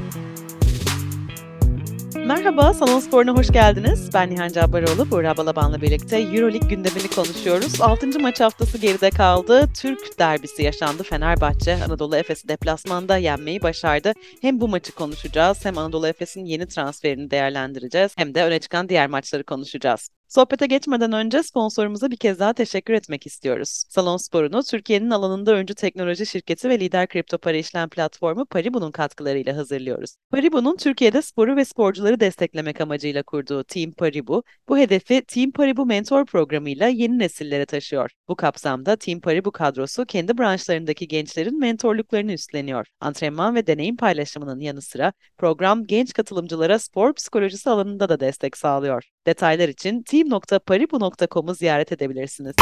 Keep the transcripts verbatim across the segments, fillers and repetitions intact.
Merhaba, Salon Sporu'na hoş geldiniz. Ben Nihan Cabbaroğlu, Buğra Balaban'la birlikte Euroleague gündemini konuşuyoruz. Altıncı maç haftası geride kaldı. Türk derbisi yaşandı. Fenerbahçe, Anadolu Efes'i deplasmanda yenmeyi başardı. Hem bu maçı konuşacağız, hem Anadolu Efes'in yeni transferini değerlendireceğiz, hem de öne çıkan diğer maçları konuşacağız. Sohbete geçmeden önce sponsorumuza bir kez daha teşekkür etmek istiyoruz. Salon Sporu'nu Türkiye'nin alanında öncü teknoloji şirketi ve lider kripto para işlem platformu Paribu'nun katkılarıyla hazırlıyoruz. Paribu'nun Türkiye'de sporu ve sporcuları desteklemek amacıyla kurduğu Team Paribu, bu hedefi Team Paribu Mentor programıyla yeni nesillere taşıyor. Bu kapsamda Team Paribu kadrosu kendi branşlarındaki gençlerin mentorluklarını üstleniyor. Antrenman ve deneyim paylaşımının yanı sıra program genç katılımcılara spor psikolojisi alanında da destek sağlıyor. Detaylar için team nokta paribu nokta com'u ziyaret edebilirsiniz.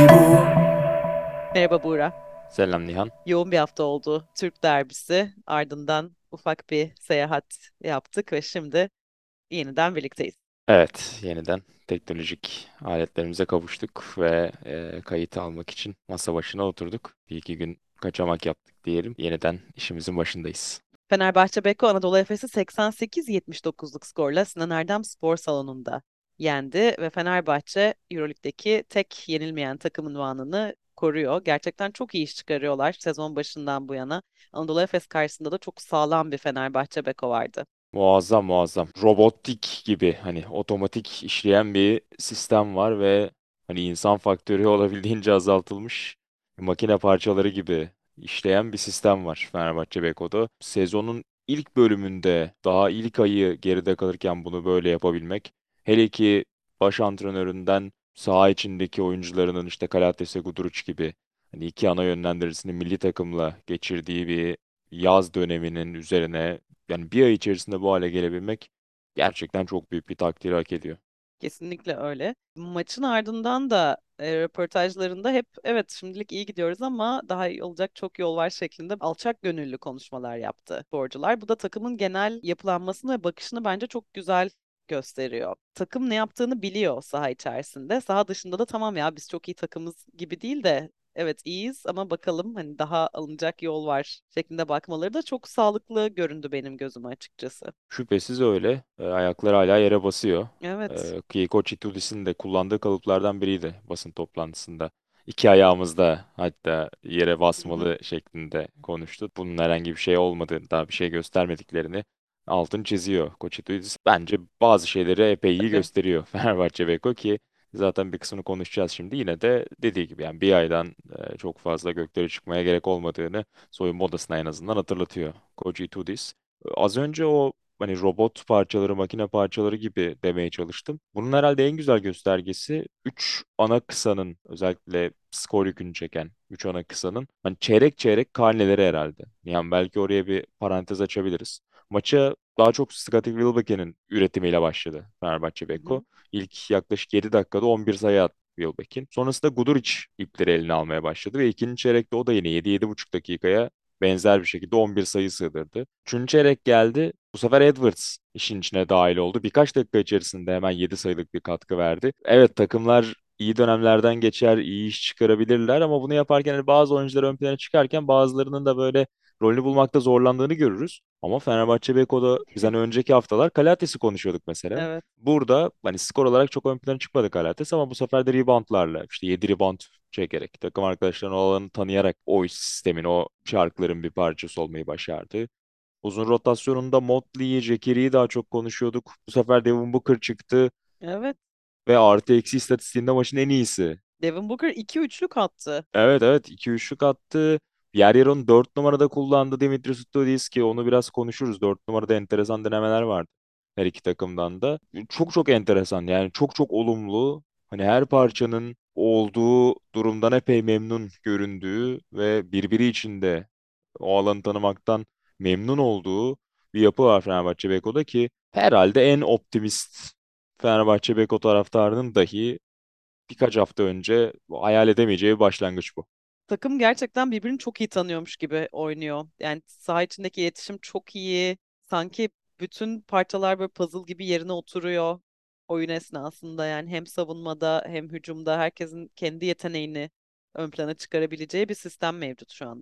Merhaba Buğra. Selam Nihan. Yoğun bir hafta oldu. Türk derbisi, ardından ufak bir seyahat yaptık ve şimdi yeniden birlikteyiz. Evet, yeniden teknolojik aletlerimize kavuştuk ve e, kayıt almak için masa başına oturduk. Bir iki gün kaçamak yaptık diyelim. Yeniden işimizin başındayız. Fenerbahçe Beko Anadolu Efes'i seksen sekiz yetmiş dokuzluk skorla Sinan Erdem Spor Salonu'nda yendi ve Fenerbahçe Euroleague'deki tek yenilmeyen takım unvanını koruyor. Gerçekten çok iyi iş çıkarıyorlar sezon başından bu yana. Anadolu Efes karşısında da çok sağlam bir Fenerbahçe Beko vardı. Muazzam muazzam. Robotik gibi hani otomatik işleyen bir sistem var ve hani insan faktörü olabildiğince azaltılmış makine parçaları gibi işleyen bir sistem var Fenerbahçe Beko'da. Sezonun ilk bölümünde daha ilk ayı geride kalırken bunu böyle yapabilmek, hele ki baş antrenöründen saha içindeki oyuncularının işte Kalates ve Guduric gibi hani iki ana yönlendiricisini milli takımla geçirdiği bir yaz döneminin üzerine, yani bir ay içerisinde bu hale gelebilmek gerçekten çok büyük bir takdir hak ediyor. Kesinlikle öyle. Maçın ardından da e, röportajlarında hep evet şimdilik iyi gidiyoruz ama daha iyi olacak çok yol var şeklinde alçak gönüllü konuşmalar yaptı sporcular. Bu da takımın genel yapılanmasını ve bakışını bence çok güzel gösteriyor. Takım ne yaptığını biliyor saha içerisinde. Saha dışında da tamam ya biz çok iyi takımız gibi değil de evet iyiyiz ama bakalım hani daha alınacak yol var şeklinde bakmaları da çok sağlıklı göründü benim gözüme açıkçası. Şüphesiz öyle. E, ayakları hala yere basıyor. Evet. E, Kiko Çitudis'in de kullandığı kalıplardan biriydi basın toplantısında. İki ayağımızda hatta yere Hı hı. basmalı şeklinde konuştu. Bunun herhangi bir şey olmadığını, daha bir şey göstermediklerini altın çiziyor Koçitudis. Bence bazı şeyleri epey iyi Tabii. gösteriyor Fenerbahçe Beko, ki zaten bir kısmını konuşacağız şimdi. Yine de dediği gibi yani bir aydan e, çok fazla göklere çıkmaya gerek olmadığını soyunma odasına en azından hatırlatıyor Koçitudis. Az önce o hani robot parçaları, makine parçaları gibi demeye çalıştım. Bunun herhalde en güzel göstergesi üç ana kısanın, özellikle skor yükünü çeken üç ana kısanın hani çeyrek çeyrek karneleri herhalde. Yani belki oraya bir parantez açabiliriz. Maça daha çok Scottie Wilbeck'in üretimiyle başladı Fenerbahçe Hı Beko. hı. İlk yaklaşık yedi dakikada on bir sayı attı Wilbeck'in. Sonrasında Guduric ipleri eline almaya başladı ve ikinci çeyrekte o da yine yedi yedi buçuk dakikaya benzer bir şekilde on bir sayı sığdırdı. Üçüncü çeyrek geldi. Bu sefer Edwards işin içine dahil oldu. Birkaç dakika içerisinde hemen yedi sayılık bir katkı verdi. Evet, takımlar iyi dönemlerden geçer, iyi iş çıkarabilirler ama bunu yaparken hani bazı oyuncular ön plana çıkarken bazılarının da böyle rolünü bulmakta zorlandığını görürüz. Ama Fenerbahçe Beko'da biz hani önceki haftalar Kalates'i konuşuyorduk mesela. Evet. Burada hani skor olarak çok ön plana çıkmadı Kalates ama bu sefer de reboundlarla işte yedi rebound çekerek, takım arkadaşlarının o alanı tanıyarak o sistemin, o şarkıların bir parçası olmayı başardı. Uzun rotasyonunda Motley'i, Jekeri'yi daha çok konuşuyorduk. Bu sefer Devin Booker çıktı Evet. ve artı eksi istatistiğinde maçın en iyisi. Devin Booker iki üçlük attı. Evet evet, iki üçlük attı. Yer yer onu dört numarada kullandı Dimitris Stodis, ki onu biraz konuşuruz. Dört numarada enteresan denemeler vardı her iki takımdan da. Çok çok enteresan, yani çok çok olumlu. Hani her parçanın olduğu durumdan epey memnun göründüğü ve birbiri içinde o alanı tanımaktan memnun olduğu bir yapı var Fenerbahçe Beko'da, ki herhalde en optimist Fenerbahçe Beko taraftarının dahi birkaç hafta önce hayal edemeyeceği bir başlangıç bu. Takım gerçekten birbirini çok iyi tanıyormuş gibi oynuyor. Yani saha içindeki iletişim çok iyi. Sanki bütün parçalar böyle puzzle gibi yerine oturuyor oyun esnasında. Yani hem savunmada hem hücumda herkesin kendi yeteneğini ön plana çıkarabileceği bir sistem mevcut şu anda.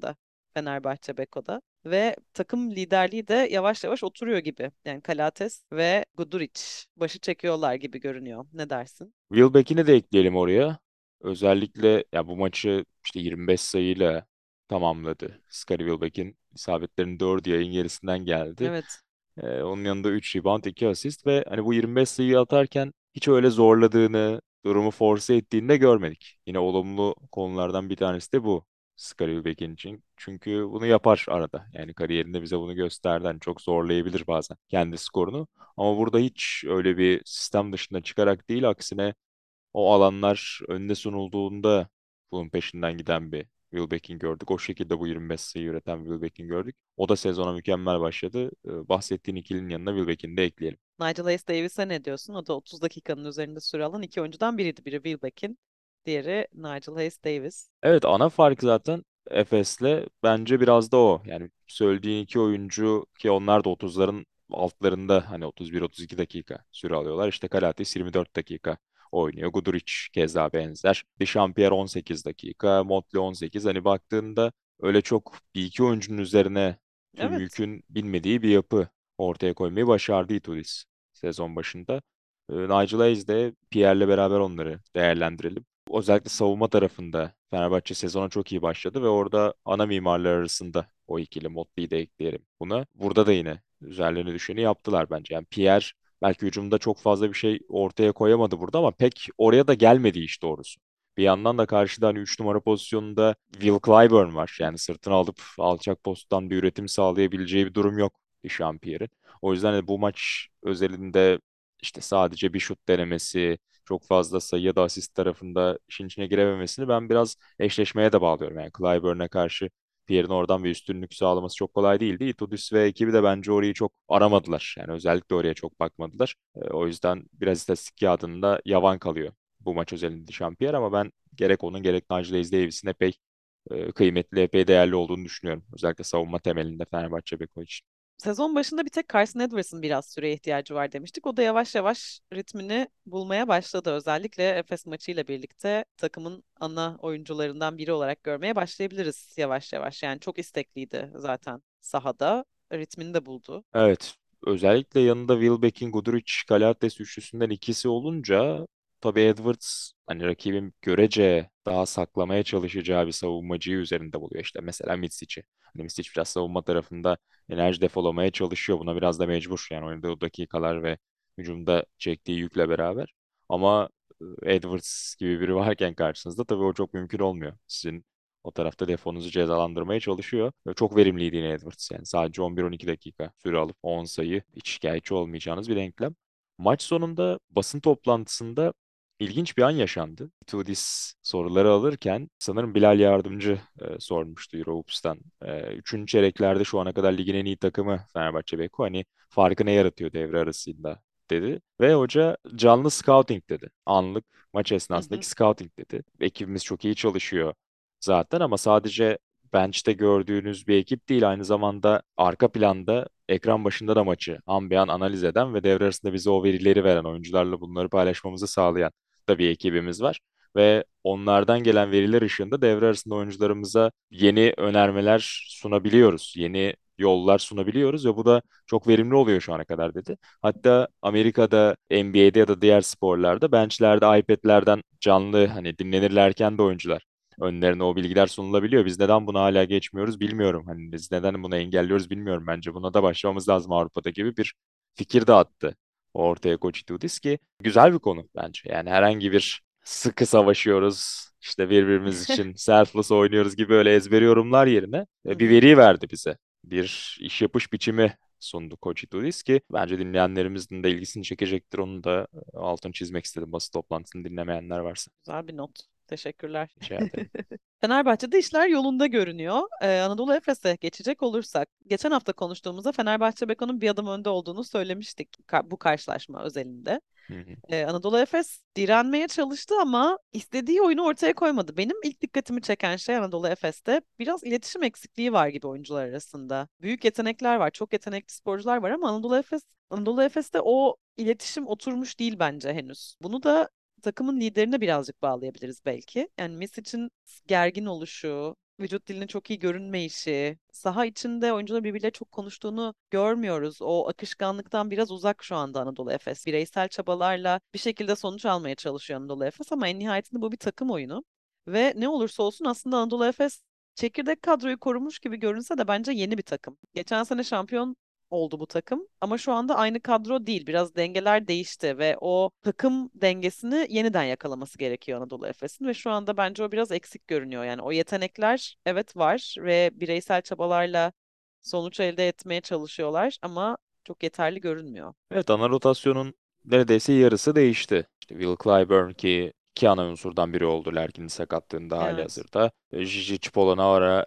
Fenerbahçe Beko'da. Ve takım liderliği de yavaş yavaş oturuyor gibi. Yani Kalates ve Guduric başı çekiyorlar gibi görünüyor. Ne dersin? Wilbeck'ini de ekleyelim oraya. Özellikle ya bu maçı işte yirmi beş sayıyla tamamladı. Scottie Wilbeck'in isabetlerinin dördü yayın gerisinden geldi. Evet. Ee, onun yanında üç rebound, iki asist ve hani bu yirmi beş sayıyı atarken hiç öyle zorladığını, durumu force ettiğini de görmedik. Yine olumlu konulardan bir tanesi de bu Scottie Wilbeck'in için. Çünkü bunu yapar arada. Yani kariyerinde bize bunu gösterdi. Hani çok zorlayabilir bazen kendi skorunu. Ama burada hiç öyle bir sistem dışında çıkarak değil, aksine o alanlar önüne sunulduğunda bunun peşinden giden bir Wilbeck'in gördük. O şekilde bu yirmi beş sayı üreten Wilbeck'in gördük. O da sezona mükemmel başladı. Ee, bahsettiğin ikilinin yanına Wilbeck'ini de ekleyelim. Nigel Hayes Davis'e ne diyorsun? O da otuz dakikanın üzerinde süre alan iki oyuncudan biriydi. Biri Will Beck'in, diğeri Nigel Hayes Davis. Evet, ana fark zaten Efes'le bence biraz da o. Yani söylediğin iki oyuncu ki onlar da otuzların altlarında, hani otuz bir otuz iki dakika süre alıyorlar. İşte Kalates yirmi dört dakika oynuyor. Guduric keza benzer. Dechampierre on sekiz dakika. Motley on sekiz. Hani baktığında öyle çok bir iki oyuncunun üzerine tüm Evet. yükün binmediği bir yapı ortaya koymayı başardı Itudis sezon başında. Ee, Nigel Hayes de Pierre'le beraber onları değerlendirelim. Özellikle savunma tarafında Fenerbahçe sezona çok iyi başladı ve orada ana mimarlar arasında o ikili Motley'i de ekleyelim buna. Burada da yine üzerlerine düşeni yaptılar bence. Yani Pierre belki hücumda çok fazla bir şey ortaya koyamadı burada ama pek oraya da gelmedi iş doğrusu. Bir yandan da karşıda hani üç numara pozisyonunda Will Clyburn var. Yani sırtını alıp alçak posttan bir üretim sağlayabileceği bir durum yok Champierre'in. O yüzden de bu maç özelinde işte sadece bir şut denemesi, çok fazla sayı ya da asist tarafında işin içine girememesini ben biraz eşleşmeye de bağlıyorum. Yani Clyburn'e karşı Pierre'in oradan bir üstünlük sağlaması çok kolay değildi. Itudis ve ekibi de bence orayı çok aramadılar. Yani özellikle oraya çok bakmadılar. E, o yüzden biraz istatistik kağıdında yavan kalıyor bu maç özelinde Şampiyer, ama ben gerek onun gerek Nigel Hayes Davis'in epey e, kıymetli, epey değerli olduğunu düşünüyorum. Özellikle savunma temelinde Fenerbahçe Beko için. Sezon başında bir tek Carson Edwards'ın biraz süreye ihtiyacı var demiştik. O da yavaş yavaş ritmini bulmaya başladı. Özellikle Efes maçıyla birlikte takımın ana oyuncularından biri olarak görmeye başlayabiliriz yavaş yavaş. Yani çok istekliydi zaten sahada. Ritmini de buldu. Evet. Özellikle yanında Wilbeck'in, Guduric, Kalates üçlüsünden ikisi olunca tabii Edwards hani rakibin görece daha saklamaya çalışacağı bir savunmacıyı üzerinde buluyor. İşte mesela Mitsic'i. Hani Mitsic biraz savunma tarafında enerji depolamaya çalışıyor. Buna biraz da mecbur. Yani oynadığı o dakikalar ve hücumda çektiği yükle beraber. Ama e, Edwards gibi biri varken karşınızda tabii o çok mümkün olmuyor. Sizin o tarafta defonuzu cezalandırmaya çalışıyor. Ve çok verimliydi yine Edwards. Yani sadece on bir on iki dakika süre alıp on sayı, hiç şikayetçi olmayacağınız bir denklem. Maç sonunda basın toplantısında ilginç bir an yaşandı. Tudis soruları alırken sanırım Bilal Yardımcı e, sormuştu Eurohoops'tan. E, üçüncü çeyreklerde şu ana kadar ligin en iyi takımı Fenerbahçe Beko. Hani farkı ne yaratıyor devre arasında dedi. Ve hoca canlı scouting dedi. Anlık maç Hı hı. esnasındaki scouting dedi. Ekibimiz çok iyi çalışıyor zaten, ama sadece bench'te gördüğünüz bir ekip değil, aynı zamanda arka planda ekran başında da maçı an be an analiz eden ve devre arasında bize o verileri veren, oyuncularla bunları paylaşmamızı sağlayan da bir ekibimiz var. Ve onlardan gelen veriler ışığında devre arasında oyuncularımıza yeni önermeler sunabiliyoruz. Yeni yollar sunabiliyoruz ve bu da çok verimli oluyor şu ana kadar dedi. Hatta Amerika'da N B A'de ya da diğer sporlarda benchlerde iPad'lerden canlı hani dinlenirlerken de oyuncular önlerine o bilgiler sunulabiliyor. Biz neden buna hala geçmiyoruz bilmiyorum. Hani biz neden bunu engelliyoruz bilmiyorum. Bence buna da başlamamız lazım Avrupa'da gibi bir fikir de attı ortaya Koç Itudis, ki güzel bir konu bence. Yani herhangi bir sıkı savaşıyoruz, işte birbirimiz için selfless oynuyoruz gibi öyle ezberi yorumlar yerine Hı e, bir hı. veri verdi bize. Bir iş yapış biçimi sundu Koç Itudis, ki bence dinleyenlerimizin de ilgisini çekecektir. Onu da e, altını çizmek istedim, basın toplantısını dinlemeyenler varsa. Güzel bir not. Teşekkürler. Rica ederim. Fenerbahçe'de işler yolunda görünüyor. Ee, Anadolu Efes'e geçecek olursak, geçen hafta konuştuğumuzda Fenerbahçe Beko'nun bir adım önde olduğunu söylemiştik ka- bu karşılaşma özelinde. Hı hı. Ee, Anadolu Efes direnmeye çalıştı ama istediği oyunu ortaya koymadı. Benim ilk dikkatimi çeken şey Anadolu Efes'te biraz iletişim eksikliği var gibi oyuncular arasında. Büyük yetenekler var, çok yetenekli sporcular var ama Anadolu Efes Anadolu Efes'te o iletişim oturmuş değil bence henüz. Bunu da takımın liderine birazcık bağlayabiliriz belki. Yani Mesic'in gergin oluşu, vücut dilinin çok iyi görünmeyişi, saha içinde oyuncuların birbirleriyle çok konuştuğunu görmüyoruz. O akışkanlıktan biraz uzak şu anda Anadolu Efes. Bireysel çabalarla bir şekilde sonuç almaya çalışıyor Anadolu Efes ama en nihayetinde bu bir takım oyunu. Ve ne olursa olsun aslında Anadolu Efes çekirdek kadroyu korumuş gibi görünse de bence yeni bir takım. Geçen sene şampiyon oldu bu takım ama şu anda aynı kadro değil. Biraz dengeler değişti ve o takım dengesini yeniden yakalaması gerekiyor Anadolu Efes'in ve şu anda bence o biraz eksik görünüyor. Yani o yetenekler evet var ve bireysel çabalarla sonuç elde etmeye çalışıyorlar ama çok yeterli görünmüyor. Evet, ana rotasyonun neredeyse yarısı değişti. İşte Will Clyburn ki iki ana unsurdan biri oldu Larkin'in sakatlığında Evet. halihazırda. E, Žižić, Polonara,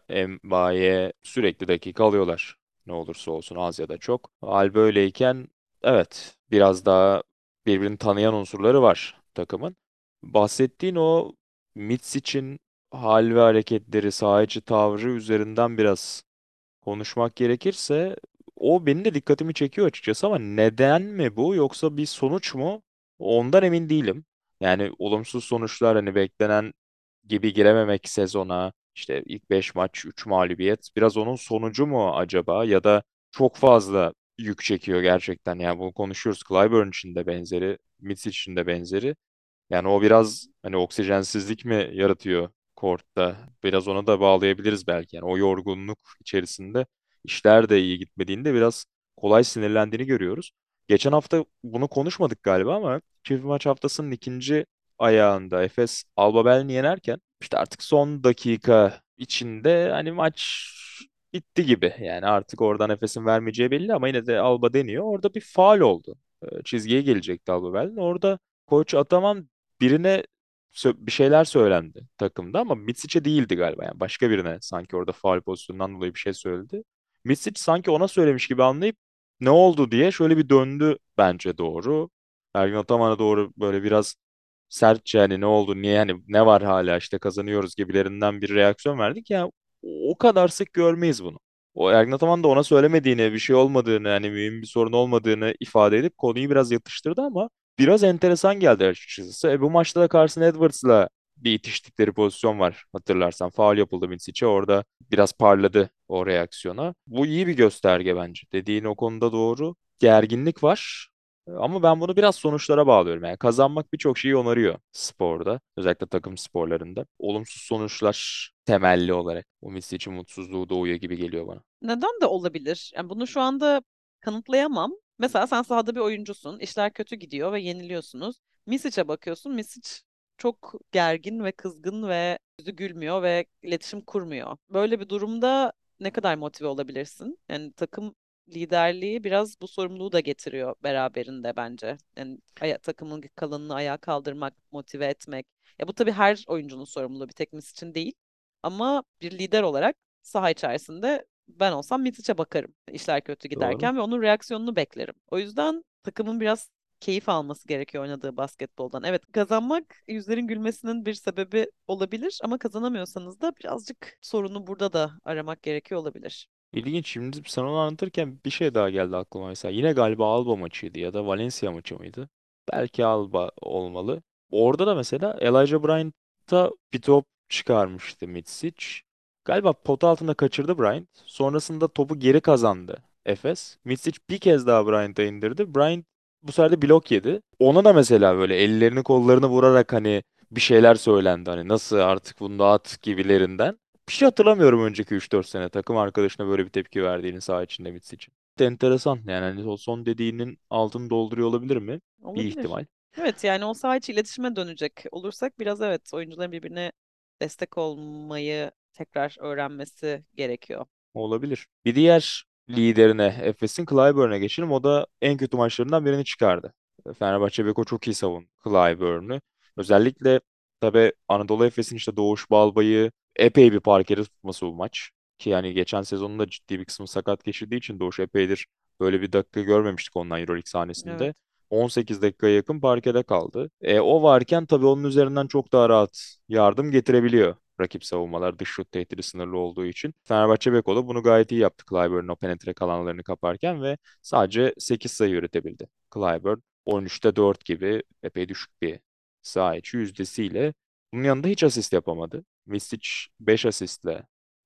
Mbaye sürekli dakika alıyorlar. Ne olursa olsun az ya da çok. Hal böyleyken evet biraz daha birbirini tanıyan unsurları var takımın. Bahsettiğin o Mitsic'in hal ve hareketleri, saha içi tavrı üzerinden biraz konuşmak gerekirse o benim de dikkatimi çekiyor açıkçası ama neden mi bu yoksa bir sonuç mu? Ondan emin değilim. Yani olumsuz sonuçlar hani beklenen gibi girememek sezona işte ilk beş maç üç mağlubiyet biraz onun sonucu mu acaba ya da çok fazla yük çekiyor gerçekten yani bunu konuşuyoruz. Clyburn için de benzeri, Mitsic için de benzeri. Yani o biraz hani oksijensizlik mi yaratıyor kortta? Biraz ona da bağlayabiliriz belki. Yani o yorgunluk içerisinde işler de iyi gitmediğinde biraz kolay sinirlendiğini görüyoruz. Geçen hafta bunu konuşmadık galiba ama çift maç haftasının ikinci ayağında Efes Alba Berlin'i yenerken işte artık son dakika içinde hani maç bitti gibi. Yani artık oradan Efes'in vermeyeceği belli ama yine de Alba deniyor. Orada bir faul oldu. Ee, Çizgiye gelecekti Alba Berlin. Orada Koç Ataman birine sö- bir şeyler söylendi takımda ama Mitsic'e değildi galiba. Yani başka birine sanki orada faul pozisyonundan dolayı bir şey söyledi. Mitsic sanki ona söylemiş gibi anlayıp ne oldu diye şöyle bir döndü bence doğru. Ergin Ataman'a doğru böyle biraz sertçe hani ne oldu niye hani ne var hala işte kazanıyoruz gibilerinden bir reaksiyon verdik ya o kadar sık görmeyiz bunu. O Ergin Ataman da ona söylemediğini, bir şey olmadığını, hani mühim bir sorun olmadığını ifade edip konuyu biraz yatıştırdı ama biraz enteresan geldi açıkçası. E, bu maçta da Carson Edwards'la bir itiştikleri pozisyon var hatırlarsan. Faul yapıldı Mitsic'e orada biraz parladı o reaksiyona. Bu iyi bir gösterge bence. Dediğin o konuda doğru. Gerginlik var. E, Ama ben bunu biraz sonuçlara bağlıyorum. Yani kazanmak birçok şeyi onarıyor sporda. Özellikle takım sporlarında. Olumsuz sonuçlar temelli olarak. O Mitsic'in mutsuzluğu doğuyor gibi geliyor bana. Neden de olabilir? Yani bunu şu anda kanıtlayamam. Mesela sen sahada bir oyuncusun, işler kötü gidiyor ve yeniliyorsunuz. Misic'e bakıyorsun, Misic çok gergin ve kızgın ve yüzü gülmüyor ve iletişim kurmuyor. Böyle bir durumda ne kadar motive olabilirsin? Yani takım liderliği biraz bu sorumluluğu da getiriyor beraberinde bence. Yani aya- takımın kalanını ayağa kaldırmak, motive etmek. Ya bu tabii her oyuncunun sorumluluğu, bir tek Misic'in değil. Ama bir lider olarak saha içerisinde ben olsam Mitic'e bakarım işler kötü Doğru. giderken ve onun reaksiyonunu beklerim. O yüzden takımın biraz keyif alması gerekiyor oynadığı basketboldan. Evet, kazanmak yüzlerin gülmesinin bir sebebi olabilir ama kazanamıyorsanız da birazcık sorunu burada da aramak gerekiyor olabilir. İlginç. Şimdi sen onu anlatırken bir şey daha geldi aklıma mesela. Yine galiba Alba maçıydı ya da Valencia maçı mıydı? Belki Alba olmalı. Orada da mesela Elijah Bryant'a bir top çıkarmıştı Mitsic. Galiba pot altında kaçırdı Bryant. Sonrasında topu geri kazandı Efes. Mitsic bir kez daha Bryant'a indirdi. Bryant bu sefer de blok yedi. Ona da mesela böyle ellerini kollarını vurarak hani bir şeyler söylendi. Hani nasıl artık bunu da at gibilerinden. Bir şey hatırlamıyorum önceki üç dört sene takım arkadaşına böyle bir tepki verdiğini saha içinde Mitch için. Enteresan yani hani o son dediğinin altını dolduruyor olabilir mi? Bir Olabilir. ihtimal. Evet, yani o saha içi iletişime dönecek olursak biraz evet oyuncuların birbirine destek olmayı tekrar öğrenmesi gerekiyor. Olabilir. Bir diğer liderine Efes'in Clyburn'a geçelim. O da en kötü maçlarından birini çıkardı. Fenerbahçe Beko çok iyi savundu Clyburn'u. Özellikle tabii Anadolu Efes'in işte Doğuş Balbay'ı epey bir parkede tutması bu maç. Ki yani geçen sezonun da ciddi bir kısmı sakat geçirdiği için Doğuş epeydir böyle bir dakika görmemiştik ondan Euroleague Evet. sahnesinde. on sekiz dakikaya yakın parkede kaldı. E, o varken tabii onun üzerinden çok daha rahat yardım getirebiliyor rakip savunmalar dış şut tehdidi sınırlı olduğu için. Fenerbahçe Beko bunu gayet iyi yaptı Clyburn'un o penetre alanlarını kaparken ve sadece sekiz sayı üretebildi. Clyburn on üçte dört gibi epey düşük bir saha içi yüzdesiyle. Bunun yanında hiç asist yapamadı. Misic beş asistle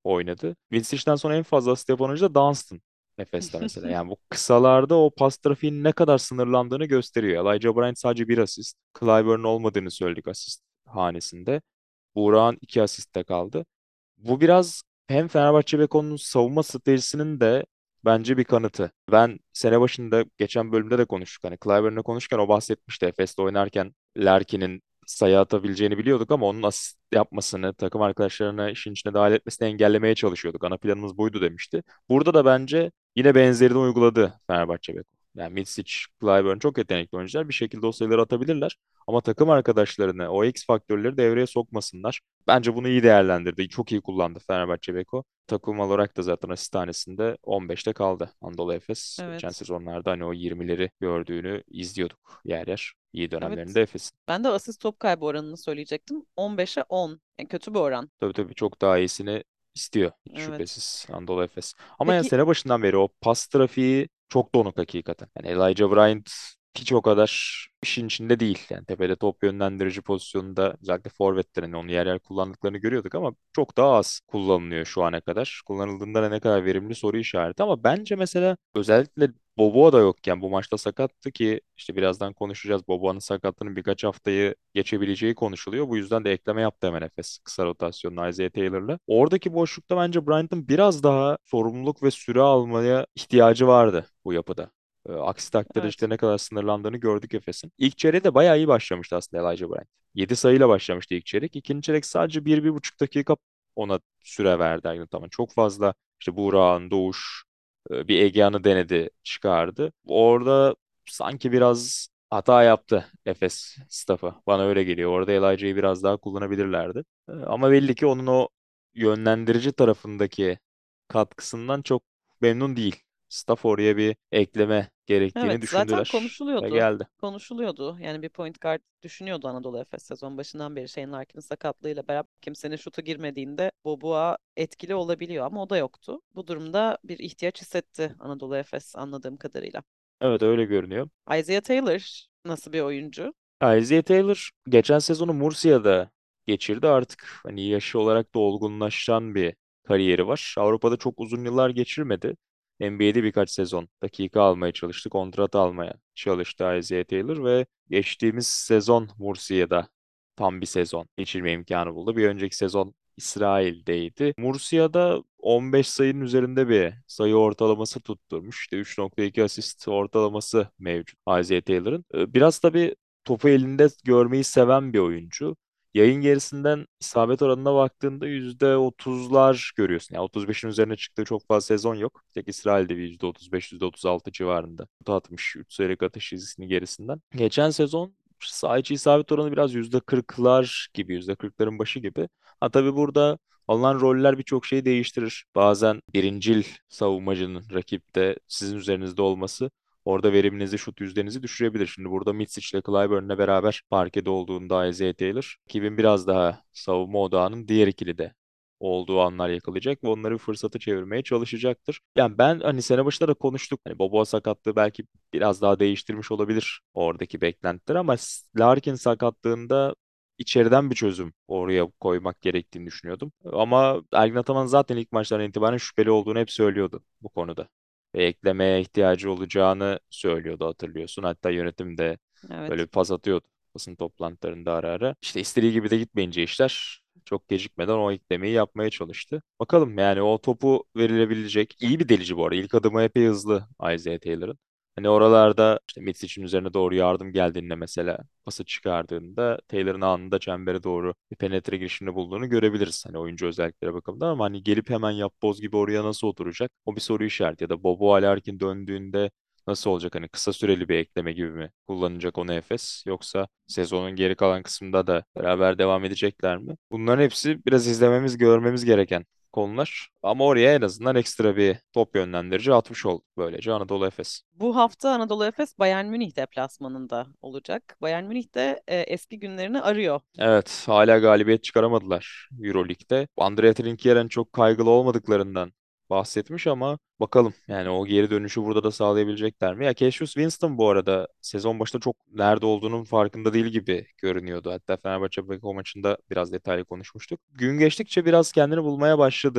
oynadı. Vincic'ten sonra en fazla asist yapan oyuncu da Dunstan. Efes'te mesela. Yani bu kısalarda o pas trafiğinin ne kadar sınırlandığını gösteriyor. Elijah Bryant sadece bir asist. Clyburn'un olmadığını söyledik asist hanesinde. Buğra'nın iki asiste kaldı. Bu biraz hem Fenerbahçe Beko'nun savunma stratejisinin de bence bir kanıtı. Ben sene başında geçen bölümde de konuştuk. Hani Clyburn'la konuşurken o bahsetmişti. Efes'te oynarken Larkin'in sayı atabileceğini biliyorduk ama onun asist yapmasını, takım arkadaşlarına işin içine dahil etmesini engellemeye çalışıyorduk. Ana planımız buydu demişti. Burada da bence yine benzerini uyguladı Fenerbahçe Beko. Yani Mitsic, Clyburn çok yetenekli oyuncular. Bir şekilde o sayıları atabilirler. Ama takım arkadaşlarını, o X faktörleri devreye sokmasınlar. Bence bunu iyi değerlendirdi. Çok iyi kullandı Fenerbahçe Beko. Takım olarak da zaten asist tanesinde on beşte kaldı Anadolu Efes. Geçen Evet. sezonlarda hani o yirmileri gördüğünü izliyorduk yer yer. İyi Evet. dönemlerinde Efes'in. Ben de asist top kaybı oranını söyleyecektim. on beşe on. Yani kötü bir oran. Tabii tabii çok daha iyisini istiyor hiç Evet. şüphesiz Anadolu Efes. Ama yani Peki, sene başından beri o pas trafiği çok donuk hakikaten. Yani Elijah Bryant hiç o kadar işin içinde değil. Yani tepede top yönlendirici pozisyonunda özellikle forvetlerin onu yer yer kullandıklarını görüyorduk ama çok daha az kullanılıyor şu ana kadar. Kullanıldığında da ne kadar verimli soru işareti ama bence mesela özellikle Boboa da yokken bu maçta sakattı ki işte birazdan konuşacağız. Boboa'nın sakatlığının birkaç haftayı geçebileceği konuşuluyor. Bu yüzden de ekleme yaptı hemen Efes kısa rotasyonla Isaiah Taylor'la. Oradaki boşlukta bence Bryant'ın biraz daha sorumluluk ve süre almaya ihtiyacı vardı bu yapıda. Ee, Aksi takdirde evet. işte ne kadar sınırlandığını gördük Efes'in. İlk çeyreğe de bayağı iyi başlamıştı aslında Elijah Bryant. yedi sayıyla başlamıştı ilk çeyrek. İkinci çeyrek sadece bir bir buçuk dakika ona süre verdi Aygün Tamam. Çok fazla işte Burak'ın, Doğuş, e, bir Egean'ı denedi, çıkardı. Orada sanki biraz hata yaptı Efes staffı. Bana öyle geliyor. Orada Elijah'yı biraz daha kullanabilirlerdi. E, Ama belli ki onun o yönlendirici tarafındaki katkısından çok memnun değil. Staff oraya bir ekleme gerektiğini Evet, zaten düşündüler ve konuşuluyordu. geldi. Konuşuluyordu. Yani bir point guard düşünüyordu Anadolu Efes sezon başından beri Shane Larkin'in sakatlığıyla beraber kimsenin şutu girmediğinde Boboa etkili olabiliyor ama o da yoktu. Bu durumda bir ihtiyaç hissetti Anadolu Efes anladığım kadarıyla. Evet öyle görünüyor. Isaiah Taylor nasıl bir oyuncu? Isaiah Taylor geçen sezonu Murcia'da geçirdi. Artık hani yaşı olarak da olgunlaşan bir kariyeri var. Avrupa'da çok uzun yıllar geçirmedi. N B A'de birkaç sezon dakika almaya çalıştı, kontrat almaya çalıştı Isaiah Taylor ve geçtiğimiz sezon Murcia'da tam bir sezon geçirme imkanı buldu. Bir önceki sezon İsrail'deydi. Murcia'da on beş sayının üzerinde bir sayı ortalaması tutturmuş. İşte üç nokta iki asist ortalaması mevcut Isaiah Taylor'ın. Ee, Biraz tabii topu elinde görmeyi seven bir oyuncu. Yayın gerisinden isabet oranına baktığında yüzde otuzlar görüyorsun. Yani otuz beşin üzerine çıktığı çok fazla sezon yok. Tek İsrail'de bir yüzde otuz beş, yüzde otuz altı civarında. Kutu atmış üç sayılık atış çizgisinin gerisinden. Geçen sezon saha içi isabet oranı biraz yüzde kırklar gibi, yüzde kırkların başı gibi. Ha tabii burada alınan roller birçok şeyi değiştirir. Bazen birincil savunmacının rakipte sizin üzerinizde olması orada veriminizi, şut yüzdenizi düşürebilir. Şimdi burada Mitsic ile Clyburn'la beraber parkede olduğunda Isaiah Taylor, rakibin biraz daha savunma odağının diğer ikili de olduğu anlar yakalayacak ve onları fırsatı çevirmeye çalışacaktır. Yani ben hani sene başında da konuştuk. Hani Boboa sakatlığı belki biraz daha değiştirmiş olabilir oradaki beklentiler ama Larkin sakatlığında içeriden bir çözüm oraya koymak gerektiğini düşünüyordum. Ama Ergin Ataman zaten ilk maçlardan itibaren şüpheli olduğunu hep söylüyordu bu konuda ve eklemeye ihtiyacı olacağını söylüyordu hatırlıyorsun. Hatta yönetim de böyle Evet. bir pas atıyordu basın toplantılarında ara ara. İşte istediği gibi de gitmeyince işler çok gecikmeden o eklemeyi yapmaya çalıştı. Bakalım yani o topu verilebilecek iyi bir delici bu arada. İlk adımı epey hızlı Isaiah Taylor'ın. Hani oralarda işte Mitsic'in üzerine doğru yardım geldiğinde mesela pası çıkardığında Taylor'ın anında çembere doğru bir penetre girişinde bulduğunu görebiliriz. Hani oyuncu özelliklere bakımından ama hani gelip hemen yapboz gibi oraya nasıl oturacak? O bir soru işareti ya da Bobo Alarkin döndüğünde nasıl olacak? Hani kısa süreli bir ekleme gibi mi kullanacak onu Efes yoksa sezonun geri kalan kısmında da beraber devam edecekler mi? Bunların hepsi biraz izlememiz, görmemiz gereken konular. Ama oraya en azından ekstra bir top yönlendirici atmış olduk böylece Anadolu Efes. Bu hafta Anadolu Efes Bayern Münih deplasmanında olacak. Bayern Münih de e, eski günlerini arıyor. Evet, hala galibiyet çıkaramadılar Euroleague'de. Andrea Trinchieren çok kaygılı olmadıklarından bahsetmiş ama bakalım yani o geri dönüşü burada da sağlayabilecekler mi? Ya Cassius Winston bu arada sezon başında çok nerede olduğunun farkında değil gibi görünüyordu. Hatta Fenerbahçe Beko maçında biraz detaylı konuşmuştuk. Gün geçtikçe biraz kendini bulmaya başladı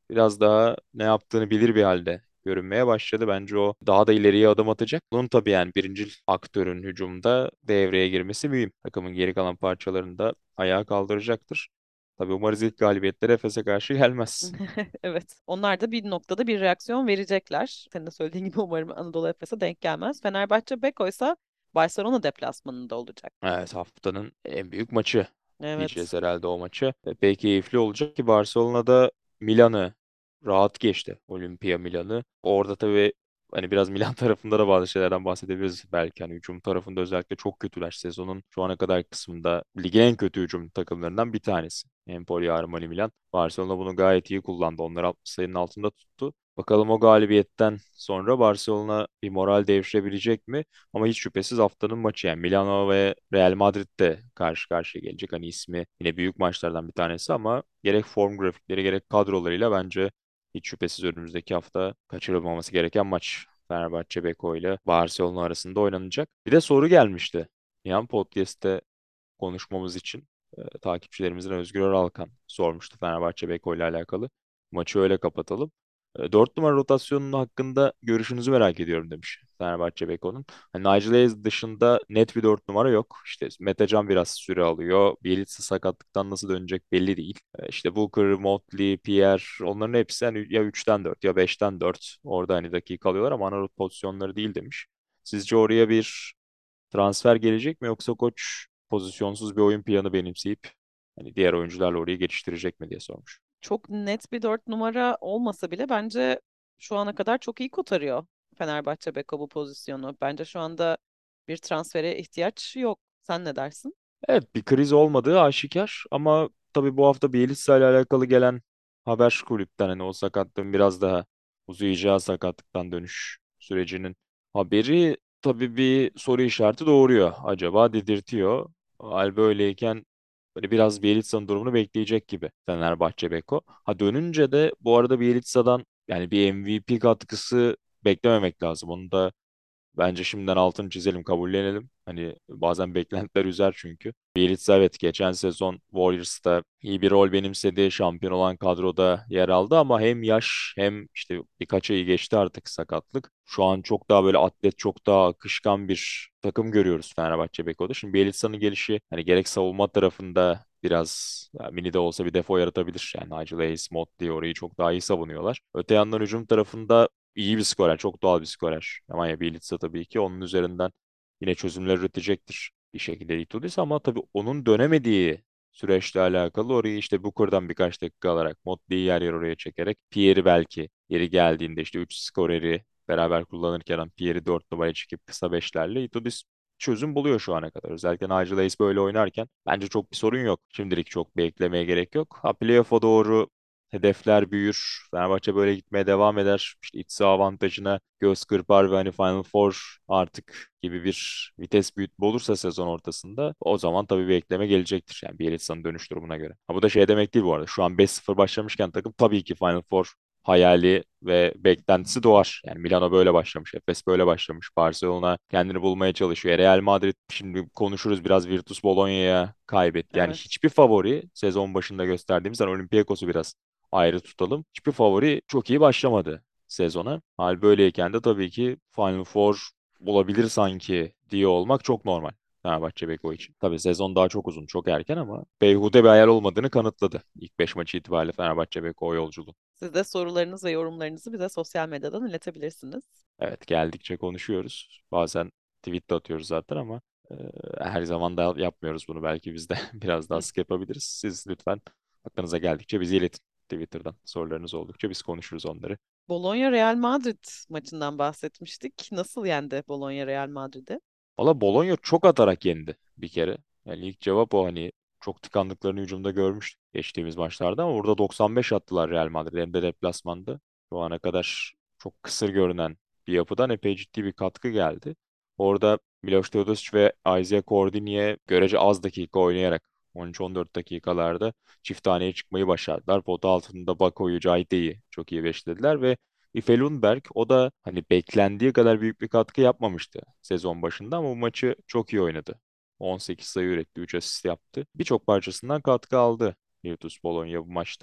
biraz daha ne yaptığını bilir bir halde görünmeye başladı. Bence o daha da ileriye adım atacak. Bunun tabii yani birincil aktörün hücumda devreye girmesi mühim. Takımın geri kalan parçalarını da ayağa kaldıracaktır. Tabii umarız ilk galibiyetler Efes'e karşı gelmez. Evet. Onlar da bir noktada bir reaksiyon verecekler. Senin de söylediğin gibi umarım Anadolu Efes'e denk gelmez. Fenerbahçe Beko ise Barcelona deplasmanında olacak. Evet, haftanın en büyük maçı Evet. diyeceğiz herhalde o maçı. Epey keyifli olacak ki Barcelona'da Milan'ı rahat geçti. Olimpia Milan'ı. Orada tabii hani biraz Milan tarafında da bazı şeylerden bahsedebiliriz belki. Hani hücum tarafında özellikle çok kötüler. Sezonun şu ana kadar kısmında ligin en kötü hücum takımlarından bir tanesi. Empoli, Armani, Milan. Barcelona bunu gayet iyi kullandı. Onları altmış sayının altında tuttu. Bakalım o galibiyetten sonra Barcelona bir moral devşirebilecek mi? Ama hiç şüphesiz haftanın maçı yani Milano ve Real Madrid de karşı karşıya gelecek. Hani ismi yine büyük maçlardan bir tanesi ama gerek form grafikleri gerek kadrolarıyla bence hiç şüphesiz önümüzdeki hafta kaçırılmaması gereken maç. Fenerbahçe Beko ile Barcelona arasında oynanacak. Bir de soru gelmişti. Yan Podcast'te konuşmamız için e, takipçilerimizden Özgür Alkan sormuştu Fenerbahçe Beko ile alakalı. Maçı öyle kapatalım. E, dört numara rotasyonunun hakkında görüşünüzü merak ediyorum demiş Fenerbahçe Beko'nun. Hani Nigel Hayes dışında net bir dört numara yok. İşte Metecan biraz süre alıyor. Bielitsa sakatlıktan nasıl dönecek belli değil. E, işte Booker, Motley, Pierre onların hepsi hani ya üçten dört ya beşten dört. Orada hani dakika alıyorlar ama ana rot pozisyonları değil demiş. Sizce oraya bir transfer gelecek mi yoksa koç pozisyonsuz bir oyun planı benimseyip hani diğer oyuncularla orayı geçiştirecek mi diye sormuş. Çok net bir dört numara olmasa bile bence şu ana kadar çok iyi kotarıyor Fenerbahçe Beko bu pozisyonu. Bence şu anda bir transfere ihtiyaç yok. Sen ne dersin? Evet, bir kriz olmadığı aşikar ama tabii bu hafta Bielitsa ile alakalı gelen haber kulüpten hani o sakatlığın biraz daha uzayacağı sakatlıktan dönüş sürecinin haberi tabii bir soru işareti doğuruyor. Acaba dedirtiyor. Hal böyleyken böyle biraz Bielitsa'nın durumunu bekleyecek gibi Fenerbahçe Beko. Ha dönünce de bu arada Bielitsa'dan yani bir M V P katkısı beklememek lazım. Onu da bence şimdiden altını çizelim, kabullenelim. Hani bazen beklentiler üzer çünkü. Bielitsa evet geçen sezon Warriors'ta iyi bir rol benimsedi. Şampiyon olan kadroda yer aldı ama hem yaş hem işte birkaç ayı geçti artık sakatlık. Şu an çok daha böyle atlet, çok daha akışkan bir takım görüyoruz Fenerbahçe Beko'da. Şimdi Bielitsa'nın gelişi hani gerek savunma tarafında biraz ya, mini de olsa bir defo yaratabilir. Yani Nigel Hayes, Motley orayı çok daha iyi savunuyorlar. Öte yandan hücum tarafında iyi bir skorer, çok doğal bir skorer. Nemanja Bjelica tabii ki onun üzerinden yine çözümler üretecektir bir şekilde Itudis ama tabii onun dönemediği süreçle alakalı orayı işte Booker'dan birkaç dakika alarak, Motley'i yer yer oraya çekerek, Pierre'i belki yeri geldiğinde işte üç skoreri beraber kullanırken Pierre'i dört numaraya çekip kısa beşlerle Itudis çözüm buluyor şu ana kadar. Özellikle Nigel Hayes böyle oynarken bence çok bir sorun yok. Şimdilik çok beklemeye gerek yok. Ha playoff'a doğru hedefler büyür. Fenerbahçe böyle gitmeye devam eder. İşte iç saha avantajına göz kırpar ve hani Final Four artık gibi bir vites büyütme olursa sezon ortasında o zaman tabii bir ekleme gelecektir. Yani Bielitsa'nın dönüş durumuna göre. Ha, bu da şey demek değil bu arada. Şu an beş sıfır başlamışken takım tabii ki Final Four hayali ve beklentisi doğar. Yani Milano böyle başlamış, Efes böyle başlamış, Barcelona kendini bulmaya çalışıyor. Real Madrid şimdi konuşuruz biraz Virtus Bologna'ya kaybetti. Yani Evet. hiçbir favori sezon başında gösterdiğimiz hani Olympiakos'u biraz ayrı tutalım. Hiçbir favori çok iyi başlamadı sezona. Hal böyleyken de tabii ki Final Four bulabilir sanki diye olmak çok normal. Fenerbahçe Beko için. Tabii sezon daha çok uzun, çok erken ama beyhude bir hayal olmadığını kanıtladı. İlk beş maçı itibariyle Fenerbahçe Beko o yolculuğu. Siz de sorularınız ve yorumlarınızı bize sosyal medyadan iletebilirsiniz. Evet, geldikçe konuşuyoruz. Bazen tweet de atıyoruz zaten ama e, her zaman da yapmıyoruz bunu. Belki biz de biraz daha sık yapabiliriz. Siz lütfen aklınıza geldikçe bizi iletin Twitter'dan. Sorularınız oldukça biz konuşuruz onları. Bologna Real Madrid maçından bahsetmiştik. Nasıl yendi Bologna Real Madrid'i? Valla Bologna çok atarak yendi bir kere. Yani ilk cevap o hani çok tıkandıklarını hücumda görmüştük geçtiğimiz maçlarda ama burada doksan beş attılar Real Madrid hem de deplasmanda. Şu ana kadar çok kısır görünen bir yapıdan epey ciddi bir katkı geldi. Orada Miloš Teodosic ve Isaiah Cordinier görece az dakika oynayarak on üç on dört dakikalarda çift taneye çıkmayı başardılar. Pota altında Bako'yu, Cahide'yi çok iyi beşlediler ve Ife Lundberg o da hani beklendiği kadar büyük bir katkı yapmamıştı sezon başında ama bu maçı çok iyi oynadı. on sekiz sayı üretti, üç asist yaptı. Birçok parçasından katkı aldı Virtus Bologna bu maçta.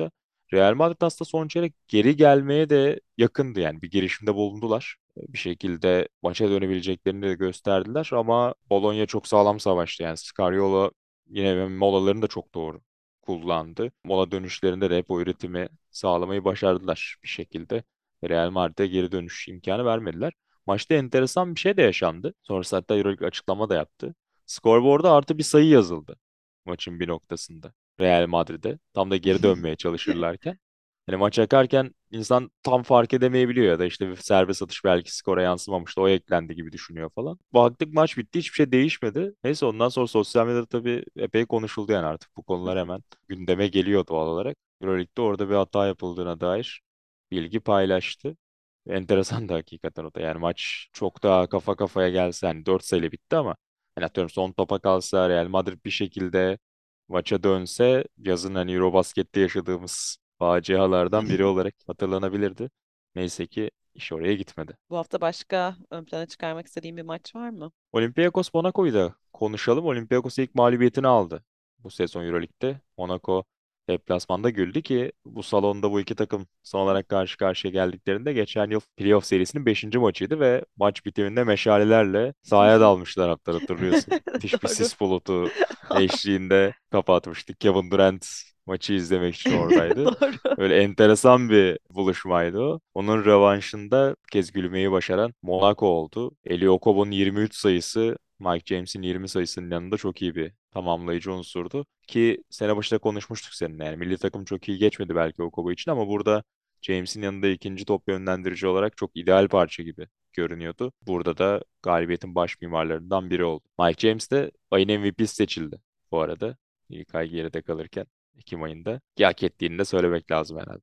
Real Madrid aslında son çeyrek geri gelmeye de yakındı, yani bir girişimde bulundular. Bir şekilde maça dönebileceklerini de gösterdiler ama Bologna çok sağlam savaştı. Yani Scariolo yine molalarını da çok doğru kullandı. Mola dönüşlerinde de hep o üretimi sağlamayı başardılar bir şekilde. Real Madrid'e geri dönüş imkanı vermediler. Maçta enteresan bir şey de yaşandı. Sonrasında hatta Euroleague açıklama da yaptı. Scoreboard'a artı bir sayı yazıldı maçın bir noktasında. Real Madrid'e. Tam da geri dönmeye çalışırlarken. Hani maç akarken insan tam fark edemeyebiliyor ya da işte bir serbest atış belki skora yansımamıştı, o eklendi gibi düşünüyor falan. Baktık maç bitti, hiçbir şey değişmedi. Neyse, ondan sonra sosyal medyada tabii epey konuşuldu, yani artık bu konular hemen gündeme geliyor doğal olarak. Euroleague'de orada bir hata yapıldığına dair bilgi paylaştı. Enteresan da hakikaten o da. Yani maç çok daha kafa kafaya gelse, hani dört sayıyla bitti ama hani atıyorum son topa kalsa, Real Madrid bir şekilde maça dönse, yazın hani Eurobasket'te yaşadığımız facialardan biri olarak hatırlanabilirdi. Neyse ki iş oraya gitmedi. Bu hafta başka ön plana çıkarmak istediğin bir maç var mı? Olympiakos Monaco'yu da konuşalım. Olympiakos ilk mağlubiyetini aldı bu sezon Euroleague'de. Monaco deplasmanda güldü ki bu salonda bu iki takım son olarak karşı karşıya geldiklerinde geçen yıl playoff serisinin beşinci maçıydı ve maç bitiminde meşalelerle sahaya dalmışlar, hatta hatırlıyorsun. Müthiş bir Doğru. sis bulutu eşliğinde kapatmıştık. Kevin Durant maçı izlemek için oradaydı. Doğru. Böyle enteresan bir buluşmaydı o. Onun rövanşında bir kez gülmeyi başaran Monaco oldu. Eli Okobo'nun yirmi üç sayısı Mike James'in yirmi sayısının yanında çok iyi bir tamamlayıcı unsurdu. Ki sene başında konuşmuştuk seninle. Yani milli takım çok iyi geçmedi belki Okobo için ama burada James'in yanında ikinci top yönlendirici olarak çok ideal parça gibi görünüyordu. Burada da galibiyetin baş mimarlarından biri oldu. Mike James de ayın M V P'si seçildi bu arada. İlk ay geride kalırken Ekim ayında. Ki hak ettiğini de söylemek lazım herhalde.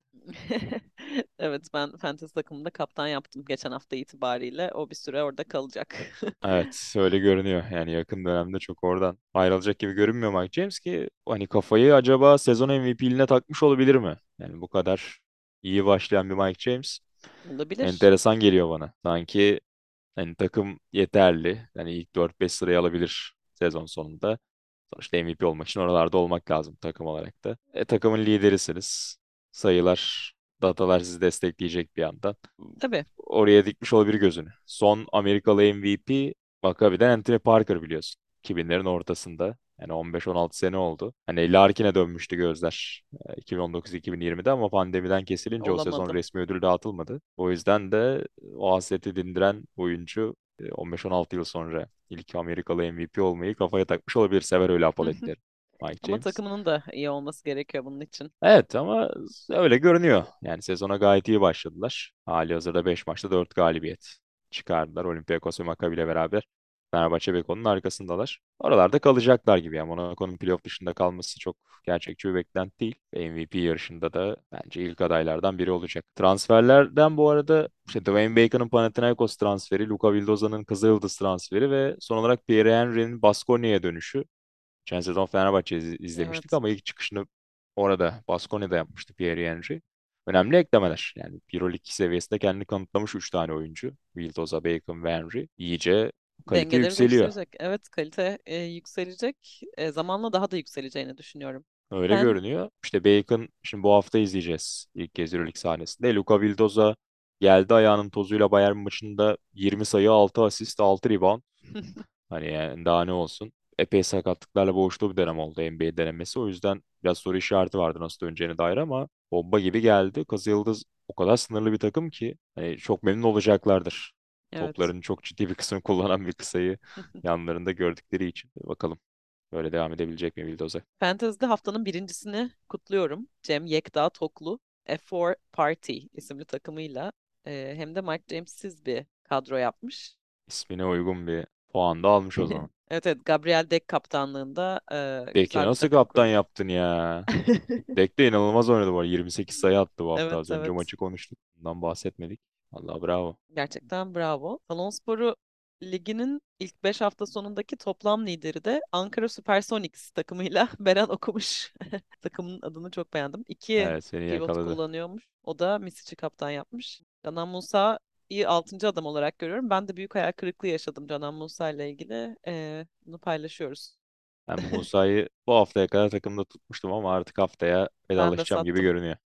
Evet, ben Fantasy takımında kaptan yaptım geçen hafta itibariyle. O bir süre orada kalacak. Evet, öyle görünüyor. Yani yakın dönemde çok oradan ayrılacak gibi görünmüyor Mike James, ki hani kafayı acaba sezon M V P'liğine takmış olabilir mi? Yani bu kadar iyi başlayan bir Mike James Olabilir. enteresan geliyor bana. Sanki hani takım yeterli. Yani ilk dört beş sırayı alabilir sezon sonunda. Sonuçta M V P olmak için oralarda olmak lazım takım olarak da. E, takımın liderisiniz. Sayılar, datalar sizi destekleyecek bir yandan. Tabii. Oraya dikmiş olabilir gözünü. Son Amerikalı M V P Maccabi'den Anthony Parker, biliyorsun. iki binlerin ortasında. Yani on beş on altı sene oldu. Hani Larkin'e dönmüştü gözler e, iki bin on dokuz-iki bin yirmide ama pandemiden kesilince o sezon Olamadı. resmi ödül dağıtılmadı. O yüzden de o hasreti dindiren oyuncu e, on beş on altı yıl sonra ilk Amerikalı M V P olmayı kafaya takmış olabilir. Sever öyle apoletleri Mike Ama James. takımının da iyi olması gerekiyor bunun için. Evet ama öyle görünüyor. Yani sezona gayet iyi başladılar. Hali hazırda beş maçta dört galibiyet çıkardılar. Olympiakos ve Maccabi ile beraber Fenerbahçe Beko'nun arkasındalar. Oralarda kalacaklar gibi. Yani Monaco'nun playoff dışında kalması çok gerçekçi bir beklenti değil. M V P yarışında da bence ilk adaylardan biri olacak. Transferlerden bu arada işte Dwayne Bacon'ın Panathinaikos transferi, Luka Vildoza'nın Kızıldız transferi ve son olarak Pierre Henry'nin Baskonya'ya dönüşü. Geçen sezon Fenerbahçe iz- izlemiştik Evet. ama ilk çıkışını orada Baskonya'da yapmıştı Pierre Henry. Önemli eklemeler. Yani Euroleague seviyesinde kendini kanıtlamış üç tane oyuncu. Vildoza, Bacon ve Henry. İyice kalite Dengeleri yükseliyor. değiştirecek. Evet, kalite e, yükselecek. E, zamanla daha da yükseleceğini düşünüyorum. Öyle Sen görünüyor. İşte Bacon şimdi bu hafta izleyeceğiz ilk kez Euroleague sahnesinde. Luka Vildoza geldi ayağının tozuyla Bayern maçında yirmi sayı, altı asist, altı rebound. Hani yani daha ne olsun. Epey sakatlıklarla boğuştuğu bir dönem oldu N B A denemesi. O yüzden biraz soru işareti vardı nasıl döneceğine dair ama bomba gibi geldi. Kızılyıldız o kadar sınırlı bir takım ki hani çok memnun olacaklardır. evet. Topların çok ciddi bir kısmını kullanan bir kısayı yanlarında gördükleri için. Bakalım böyle devam edebilecek mi Vildoza? Fantasy'de haftanın birincisini kutluyorum. Cem Yekta Toklu F dört Party isimli takımıyla e, hem de Mike James'siz bir kadro yapmış. İsmine uygun bir puan da almış o zaman. Evet, evet, Gabriel Deck kaptanlığında e, Deki güzel bir nasıl takım kaptan kurmuş. yaptın ya? Dek de inanılmaz oynadı bu arada. yirmi sekiz sayı attı bu hafta. Evet, Az önce evet. maçı konuştuk. Bundan bahsetmedik. Allah bravo. Gerçekten bravo. Salonsporu liginin ilk beş hafta sonundaki toplam lideri de Ankara Supersonics takımıyla Beren Okumuş. Takımın adını çok beğendim. İki Evet, seni pivot yakaladı. kullanıyormuş. O da Misic'i kaptan yapmış. Canan Musa'yı altıncı adam olarak görüyorum. Ben de büyük hayal kırıklığı yaşadım Canan Musa ile ilgili. Ee, bunu paylaşıyoruz. Ben Musa'yı bu haftaya kadar takımda tutmuştum ama artık haftaya Ben de vedalaşacağım gibi sattım. görünüyor.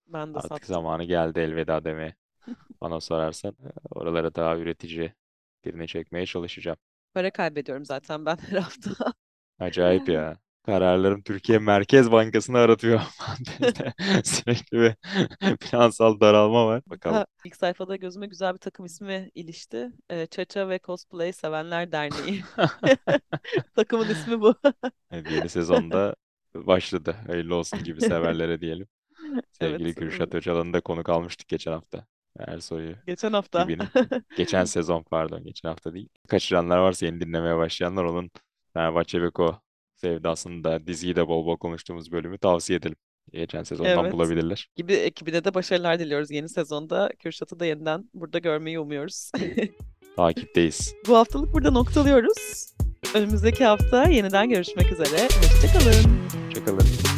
Ben de Artık sattım. zamanı geldi elveda demeye. Bana sorarsan e, oralara daha üretici birini çekmeye çalışacağım. Para kaybediyorum zaten ben her hafta. Acayip ya. Kararlarım Türkiye Merkez Bankası'nı aratıyor. Bizde sürekli bir finansal daralma var. Bakalım. Daha ilk sayfada gözüme güzel bir takım ismi ilişti. Ee, Çaça ve Cosplay Sevenler Derneği. Takımın ismi bu. Evet, yeni sezonda başladı. Hayırlı olsun gibi severlere diyelim. Evet. Sevgili Kürşat Öcalan'ı da konuk almıştık geçen hafta. Ersoy'u Geçen hafta. gibinin. Geçen sezon pardon, geçen hafta değil. Kaçıranlar varsa yeni dinlemeye başlayanlar onun Fenerbahçe Beko sevdasını da diziyi de bol bol konuştuğumuz bölümü tavsiye edelim. Geçen sezondan Evet. bulabilirler. Gibi ekibine de başarılar diliyoruz yeni sezonda. Kürşat'ı da yeniden burada görmeyi umuyoruz. Takipteyiz. Bu haftalık burada noktalıyoruz. Önümüzdeki hafta yeniden görüşmek üzere. Hoşçakalın. Hoşçakalın.